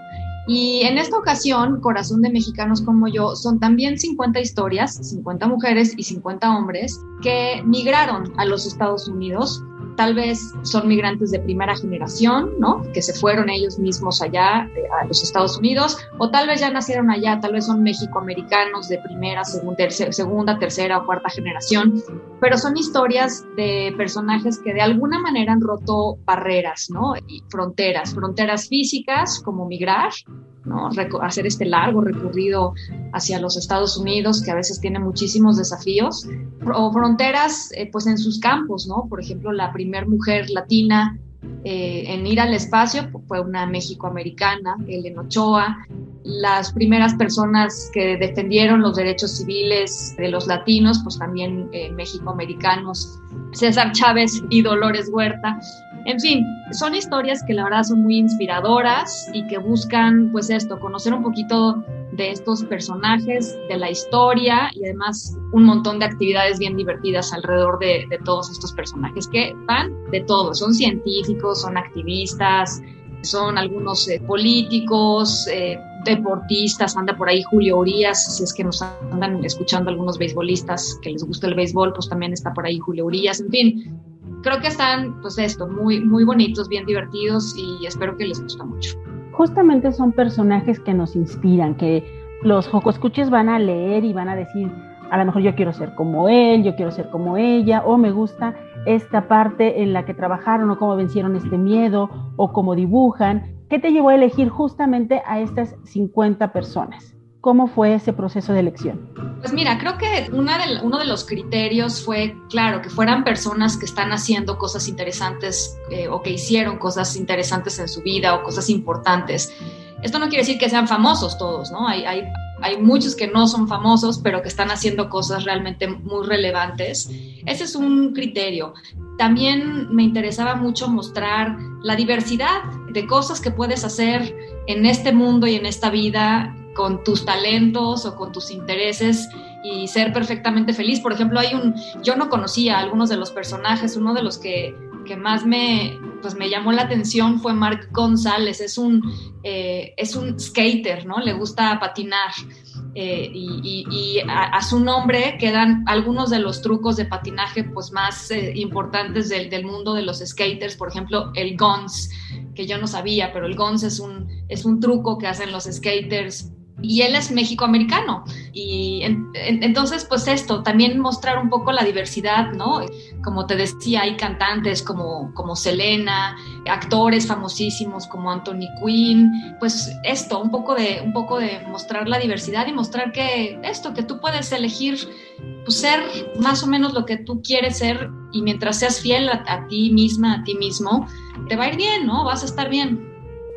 Y en esta ocasión, Corazón de Mexicanos como yo, son también cincuenta historias, cincuenta mujeres y cincuenta hombres que migraron a los Estados Unidos. Tal vez son migrantes de primera generación, ¿no? Que se fueron ellos mismos allá eh, a los Estados Unidos, o tal vez ya nacieron allá, tal vez son mexicoamericanos de primera, segunda, tercera, segunda, tercera o cuarta generación, pero son historias de personajes que de alguna manera han roto barreras, ¿no? Y fronteras, fronteras físicas como migrar, ¿no? Reco- hacer este largo recorrido hacia los Estados Unidos, que a veces tiene muchísimos desafíos, o fronteras eh, pues en sus campos, ¿no? Por ejemplo, la primer mujer latina eh, en ir al espacio fue una mexicoamericana, Helen Ochoa. Las primeras personas que defendieron los derechos civiles de los latinos, pues también eh, mexicoamericanos, César Chávez y Dolores Huerta. En fin, son historias que la verdad son muy inspiradoras y que buscan, pues esto, conocer un poquito de estos personajes, de la historia y además un montón de actividades bien divertidas alrededor de, de todos estos personajes que van de todo. Son científicos, son activistas, son algunos eh, políticos, eh, deportistas, anda por ahí Julio Urías, si es que nos andan escuchando algunos beisbolistas que les gusta el béisbol, pues también está por ahí Julio Urías, en fin. Creo que están, pues esto, muy, muy bonitos, bien divertidos y espero que les guste mucho. Justamente son personajes que nos inspiran, que los jocoescuches van a leer y van a decir, a lo mejor yo quiero ser como él, yo quiero ser como ella, o me gusta esta parte en la que trabajaron, o cómo vencieron este miedo, o cómo dibujan. ¿Qué te llevó a elegir justamente a estas cincuenta personas? ¿Cómo fue ese proceso de elección? Pues mira, creo que una de, uno de los criterios fue, claro, que fueran personas que están haciendo cosas interesantes eh, o que hicieron cosas interesantes en su vida o cosas importantes. Esto no quiere decir que sean famosos todos, ¿no? Hay, hay, hay muchos que no son famosos, pero que están haciendo cosas realmente muy relevantes. Ese es un criterio. También me interesaba mucho mostrar la diversidad de cosas que puedes hacer en este mundo y en esta vida con tus talentos o con tus intereses y ser perfectamente feliz. Por ejemplo, hay un, yo no conocía a algunos de los personajes, uno de los que, que más me, pues me llamó la atención fue Mark González, es un, eh, es un skater, ¿no? Le gusta patinar eh, y, y, y a, a su nombre quedan algunos de los trucos de patinaje pues más eh, importantes del, del mundo de los skaters, por ejemplo, el guns, que yo no sabía, pero el guns es un, es un truco que hacen los skaters. Y él es mexicoamericano y en, en, entonces pues esto, también mostrar un poco la diversidad, ¿no? Como te decía, hay cantantes como, como Selena, actores famosísimos como Anthony Quinn, pues esto, un poco de, un poco de mostrar la diversidad y mostrar que esto, que tú puedes elegir pues, ser más o menos lo que tú quieres ser y mientras seas fiel a, a ti misma, a ti mismo, te va a ir bien, ¿no? Vas a estar bien.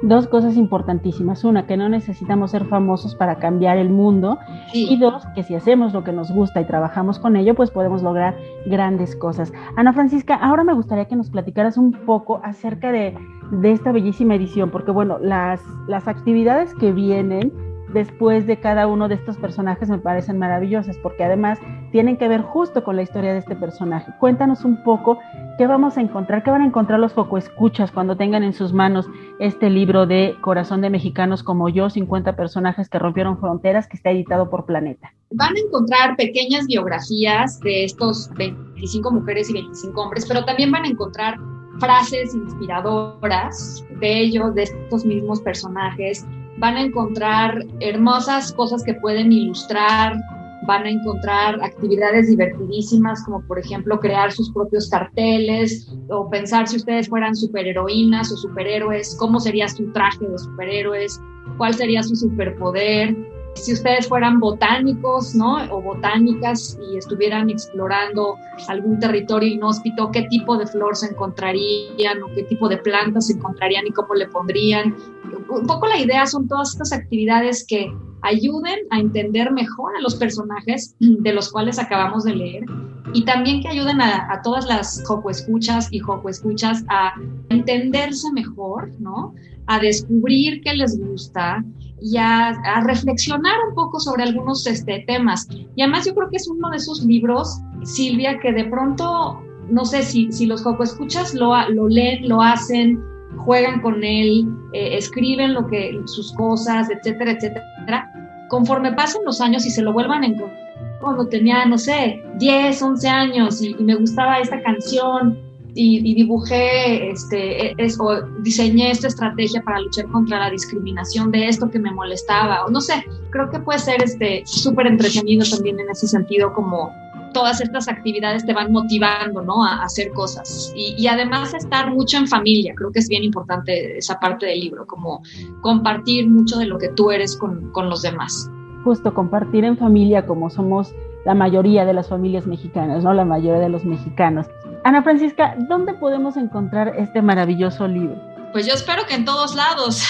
dos cosas importantísimas. Una, que no necesitamos ser famosos para cambiar el mundo. Sí. Y dos, que si hacemos lo que nos gusta y trabajamos con ello, pues podemos lograr grandes cosas. Ana Francisca, ahora me gustaría que nos platicaras un poco acerca de, de esta bellísima edición, porque bueno, las, las actividades que vienen después de cada uno de estos personajes me parecen maravillosas, porque además tienen que ver justo con la historia de este personaje. Cuéntanos un poco qué vamos a encontrar, qué van a encontrar los jocoescuchas cuando tengan en sus manos este libro de Corazón de Mexicanos como yo, cincuenta personajes que rompieron fronteras, que está editado por Planeta. Van a encontrar pequeñas biografías de estos veinticinco mujeres y veinticinco hombres, pero también van a encontrar frases inspiradoras de ellos, de estos mismos personajes. Van a encontrar hermosas cosas que pueden ilustrar, van a encontrar actividades divertidísimas, como por ejemplo crear sus propios carteles, o pensar si ustedes fueran superheroínas o superhéroes, cómo sería su traje de superhéroes, cuál sería su superpoder. Si ustedes fueran botánicos, ¿no? O botánicas y estuvieran explorando algún territorio inhóspito, ¿qué tipo de flor se encontrarían o qué tipo de plantas se encontrarían y cómo le pondrían? Un poco la idea son todas estas actividades que ayuden a entender mejor a los personajes de los cuales acabamos de leer y también que ayuden a, a todas las jocoescuchas y jocoescuchas a entenderse mejor, ¿no? A descubrir qué les gusta y a, a reflexionar un poco sobre algunos este, temas. Y además yo creo que es uno de esos libros, Silvia, que de pronto, no sé si, si los jocoescuchas lo, lo leen, lo hacen, juegan con él, eh, escriben lo que, sus cosas, etcétera, etcétera. Conforme pasen los años y se lo vuelvan a encontrar, cuando tenía, no sé, diez, once años y, y me gustaba esta canción, Y, y dibujé, este, es, o diseñé esta estrategia para luchar contra la discriminación de esto que me molestaba, o no sé, creo que puede ser este súper entretenido también en ese sentido, como todas estas actividades te van motivando, ¿no? A, a hacer cosas, y, y además estar mucho en familia, creo que es bien importante esa parte del libro, como compartir mucho de lo que tú eres con, con los demás. Justo, compartir en familia como somos la mayoría de las familias mexicanas, ¿no? La mayoría de los mexicanos. Ana Francisca, ¿dónde podemos encontrar este maravilloso libro? Pues yo espero que en todos lados.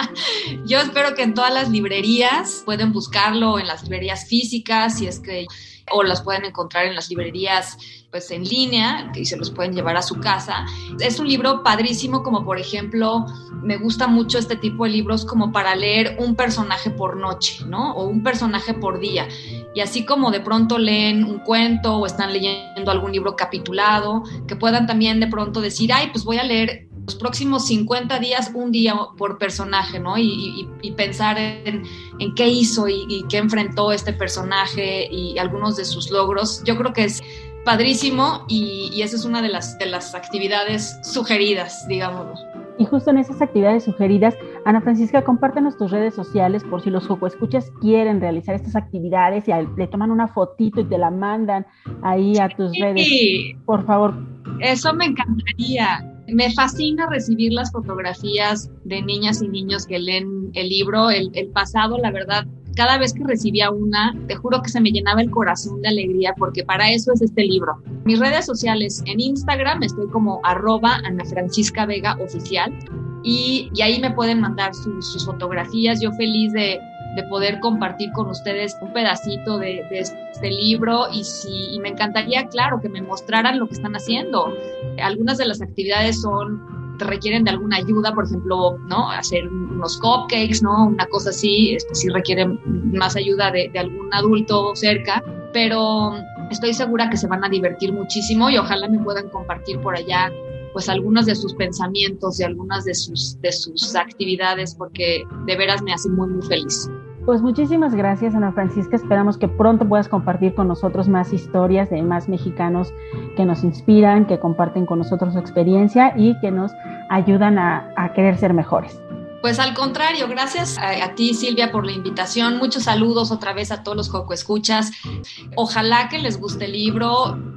Yo espero que en todas las librerías pueden buscarlo, en las librerías físicas, si es que, o las pueden encontrar en las librerías pues en línea, que se los pueden llevar a su casa. Es un libro padrísimo, como por ejemplo, me gusta mucho este tipo de libros como para leer un personaje por noche, ¿no? O un personaje por día. Y así como de pronto leen un cuento o están leyendo algún libro capitulado, que puedan también de pronto decir, ay, pues voy a leer los próximos cincuenta días, un día por personaje, ¿no? Y, y, y pensar en, en qué hizo y, y qué enfrentó este personaje y algunos de sus logros. Yo creo que es padrísimo y, y esa es una de las, de las actividades sugeridas, digámoslo. Y justo en esas actividades sugeridas, Ana Francisca, compártenos tus redes sociales por si los jocoescuchas quieren realizar estas actividades y le toman una fotito y te la mandan ahí a tus sí, redes. Por favor. Eso me encantaría. Me fascina recibir las fotografías de niñas y niños que leen el libro. El, el pasado, la verdad, cada vez que recibía una, te juro que se me llenaba el corazón de alegría, porque para eso es este libro. Mis redes sociales, en Instagram estoy como arroba Ana Francisca Vega Oficial, y, y ahí me pueden mandar sus, sus fotografías. Yo feliz de, de poder compartir con ustedes un pedacito de, de este libro, y, si, y me encantaría, claro, que me mostraran lo que están haciendo. Algunas de las actividades son requieren de alguna ayuda, por ejemplo, ¿no? Hacer unos cupcakes, ¿no? Una cosa así, este, sí requieren más ayuda de, de algún adulto cerca, pero estoy segura que se van a divertir muchísimo y ojalá me puedan compartir por allá pues algunos de sus pensamientos y algunas de sus, de sus actividades, porque de veras me hace muy, muy feliz. Pues muchísimas gracias, Ana Francisca. Esperamos que pronto puedas compartir con nosotros más historias de más mexicanos que nos inspiran, que comparten con nosotros su experiencia y que nos ayudan a, a querer ser mejores. Pues al contrario, gracias a, a ti, Silvia, por la invitación. Muchos saludos otra vez a todos los jocoescuchas. Ojalá que les guste el libro.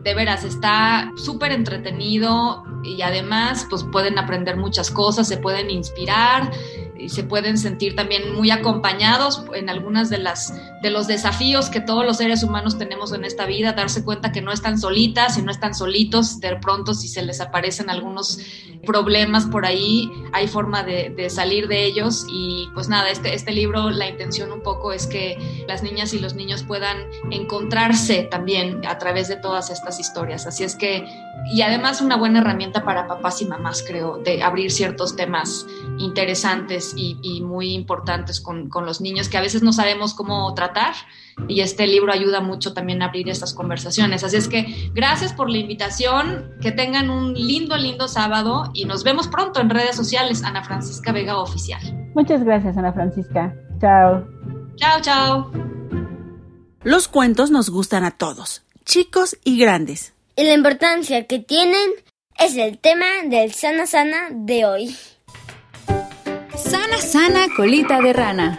de veras está súper entretenido y además pues pueden aprender muchas cosas, se pueden inspirar y se pueden sentir también muy acompañados en algunas de las de los desafíos que todos los seres humanos tenemos en esta vida, darse cuenta que no están solitas y no están solitos, de pronto si se les aparecen algunos problemas por ahí, hay forma de, de salir de ellos y pues nada, este, este libro, la intención un poco es que las niñas y los niños puedan encontrarse también a través de todas estas historias, así es que, y además una buena herramienta para papás y mamás, creo, de abrir ciertos temas interesantes y, y muy importantes con, con los niños que a veces no sabemos cómo tratar y este libro ayuda mucho también a abrir estas conversaciones. Así es que gracias por la invitación, que tengan un lindo, lindo sábado y nos vemos pronto en redes sociales. Ana Francisca Vega Oficial. Muchas gracias, Ana Francisca. Chao. Chao, chao. Los cuentos nos gustan a todos, chicos y grandes. Y la importancia que tienen es el tema del Sana Sana de hoy. Sana Sana Colita de Rana.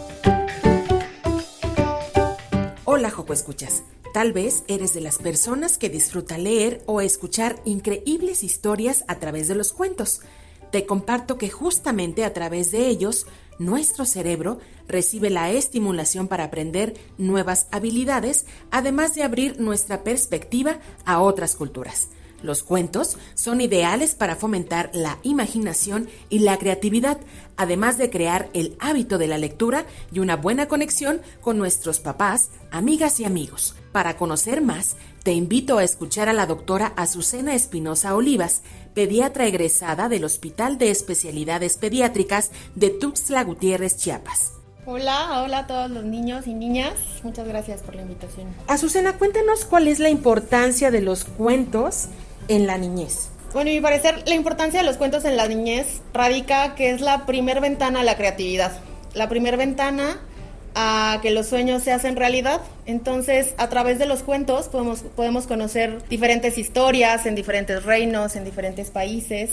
Hola, Joco Escuchas. Tal vez eres de las personas que disfruta leer o escuchar increíbles historias a través de los cuentos. Te comparto que justamente a través de ellos, nuestro cerebro recibe la estimulación para aprender nuevas habilidades, además de abrir nuestra perspectiva a otras culturas. Los cuentos son ideales para fomentar la imaginación y la creatividad, además de crear el hábito de la lectura y una buena conexión con nuestros papás, amigas y amigos. Para conocer más, te invito a escuchar a la doctora Azucena Espinosa Olivas, pediatra egresada del Hospital de Especialidades Pediátricas de Tuxtla Gutiérrez, Chiapas. Hola, hola a todos los niños y niñas. Muchas gracias por la invitación. Azucena, cuéntanos cuál es la importancia de los cuentos en la niñez. Bueno, a mi parecer, la importancia de los cuentos en la niñez radica que es la primer ventana a la creatividad, la primer ventana a que los sueños se hacen realidad. Entonces, a través de los cuentos podemos, podemos conocer diferentes historias en diferentes reinos, en diferentes países,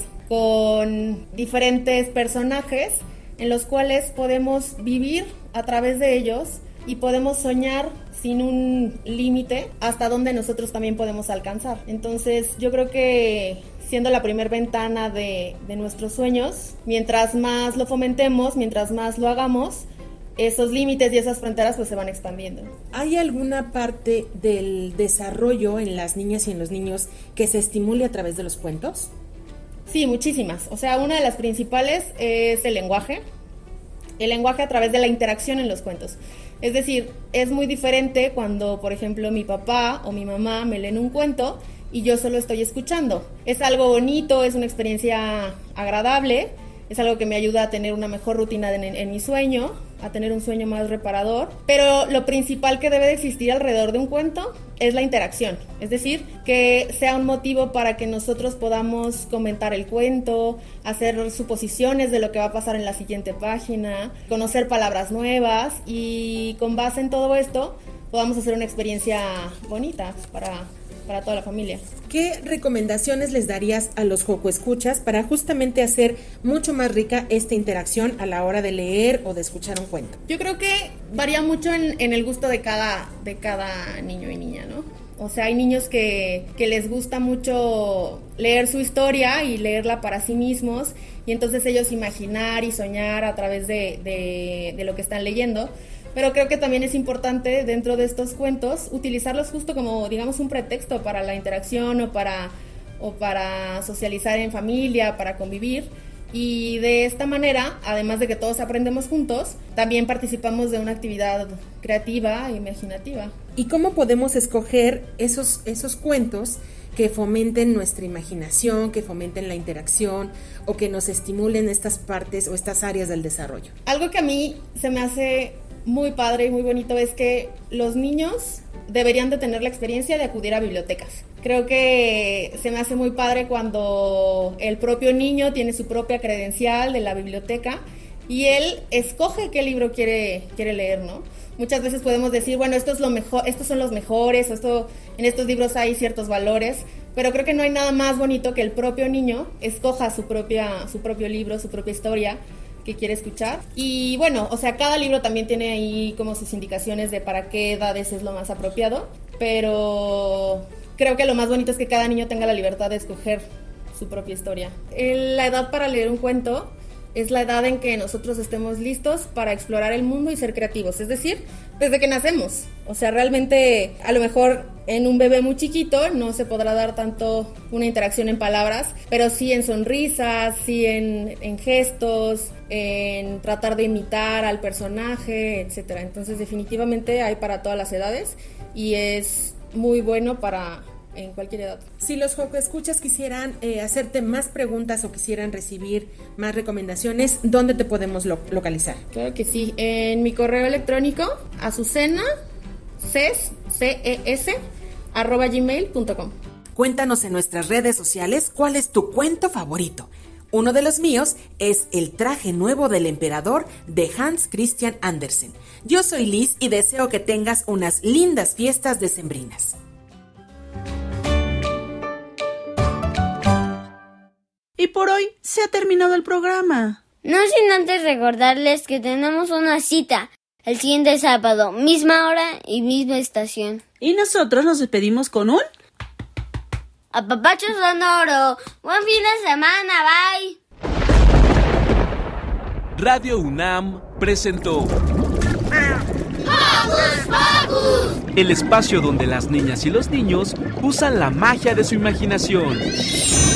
con diferentes personajes en los cuales podemos vivir a través de ellos y podemos soñar sin un límite hasta donde nosotros también podemos alcanzar. Entonces yo creo que siendo la primer ventana de, de nuestros sueños, mientras más lo fomentemos, mientras más lo hagamos, esos límites y esas fronteras pues se van expandiendo. ¿Hay alguna parte del desarrollo en las niñas y en los niños que se estimule a través de los cuentos? Sí, muchísimas. O sea, una de las principales es el lenguaje. El lenguaje a través de la interacción en los cuentos. Es decir, es muy diferente cuando, por ejemplo, mi papá o mi mamá me leen un cuento y yo solo estoy escuchando. Es algo bonito, es una experiencia agradable, es algo que me ayuda a tener una mejor rutina en, en mi sueño, a tener un sueño más reparador. Pero lo principal que debe de existir alrededor de un cuento es la interacción. Es decir, que sea un motivo para que nosotros podamos comentar el cuento, hacer suposiciones de lo que va a pasar en la siguiente página, conocer palabras nuevas y con base en todo esto podamos hacer una experiencia bonita para, para toda la familia. ¿Qué recomendaciones les darías a los Joco Escuchas para justamente hacer mucho más rica esta interacción a la hora de leer o de escuchar un cuento? Yo creo que varía mucho en, en el gusto de cada, de cada niño y niña, ¿no? O sea, hay niños que, que les gusta mucho leer su historia y leerla para sí mismos y entonces ellos imaginar y soñar a través de, de, de lo que están leyendo. Pero creo que también es importante dentro de estos cuentos utilizarlos justo como, digamos, un pretexto para la interacción o para, o para socializar en familia, para convivir. Y de esta manera, además de que todos aprendemos juntos, también participamos de una actividad creativa e imaginativa. ¿Y cómo podemos escoger esos, esos cuentos que fomenten nuestra imaginación, que fomenten la interacción o que nos estimulen estas partes o estas áreas del desarrollo? Algo que a mí se me hace muy padre y muy bonito es que los niños deberían de tener la experiencia de acudir a bibliotecas. Creo que se me hace muy padre cuando el propio niño tiene su propia credencial de la biblioteca y él escoge qué libro quiere, quiere leer, ¿no? Muchas veces podemos decir, bueno, esto es lo mejor, estos son los mejores, o esto, en estos libros hay ciertos valores, pero creo que no hay nada más bonito que el propio niño escoja su propia, su propio libro, su propia historia que quiere escuchar. Y bueno, o sea, cada libro también tiene ahí como sus indicaciones de para qué edades es lo más apropiado, pero creo que lo más bonito es que cada niño tenga la libertad de escoger su propia historia. La edad para leer un cuento es la edad en que nosotros estemos listos para explorar el mundo y ser creativos, es decir, desde que nacemos. O sea, realmente a lo mejor en un bebé muy chiquito no se podrá dar tanto una interacción en palabras, pero sí en sonrisas, sí en, en gestos, en tratar de imitar al personaje, etcétera. Entonces definitivamente hay para todas las edades y es muy bueno para en cualquier edad. Si los jocoescuchas quisieran eh, hacerte más preguntas o quisieran recibir más recomendaciones, ¿dónde te podemos lo- localizar? Claro que sí, en mi correo electrónico azucena ces, C E S, arroba gmail punto com. Cuéntanos en nuestras redes sociales cuál es tu cuento favorito. Uno de los míos es El traje nuevo del emperador de Hans Christian Andersen. Yo soy Liz y deseo que tengas unas lindas fiestas decembrinas. Y por hoy se ha terminado el programa. No sin antes recordarles que tenemos una cita el siguiente sábado, misma hora y misma estación. Y nosotros nos despedimos con un... apapacho sonoro. Buen fin de semana, bye. Radio UNAM presentó ¡Hocus Pocus! el espacio donde las niñas y los niños usan la magia de su imaginación.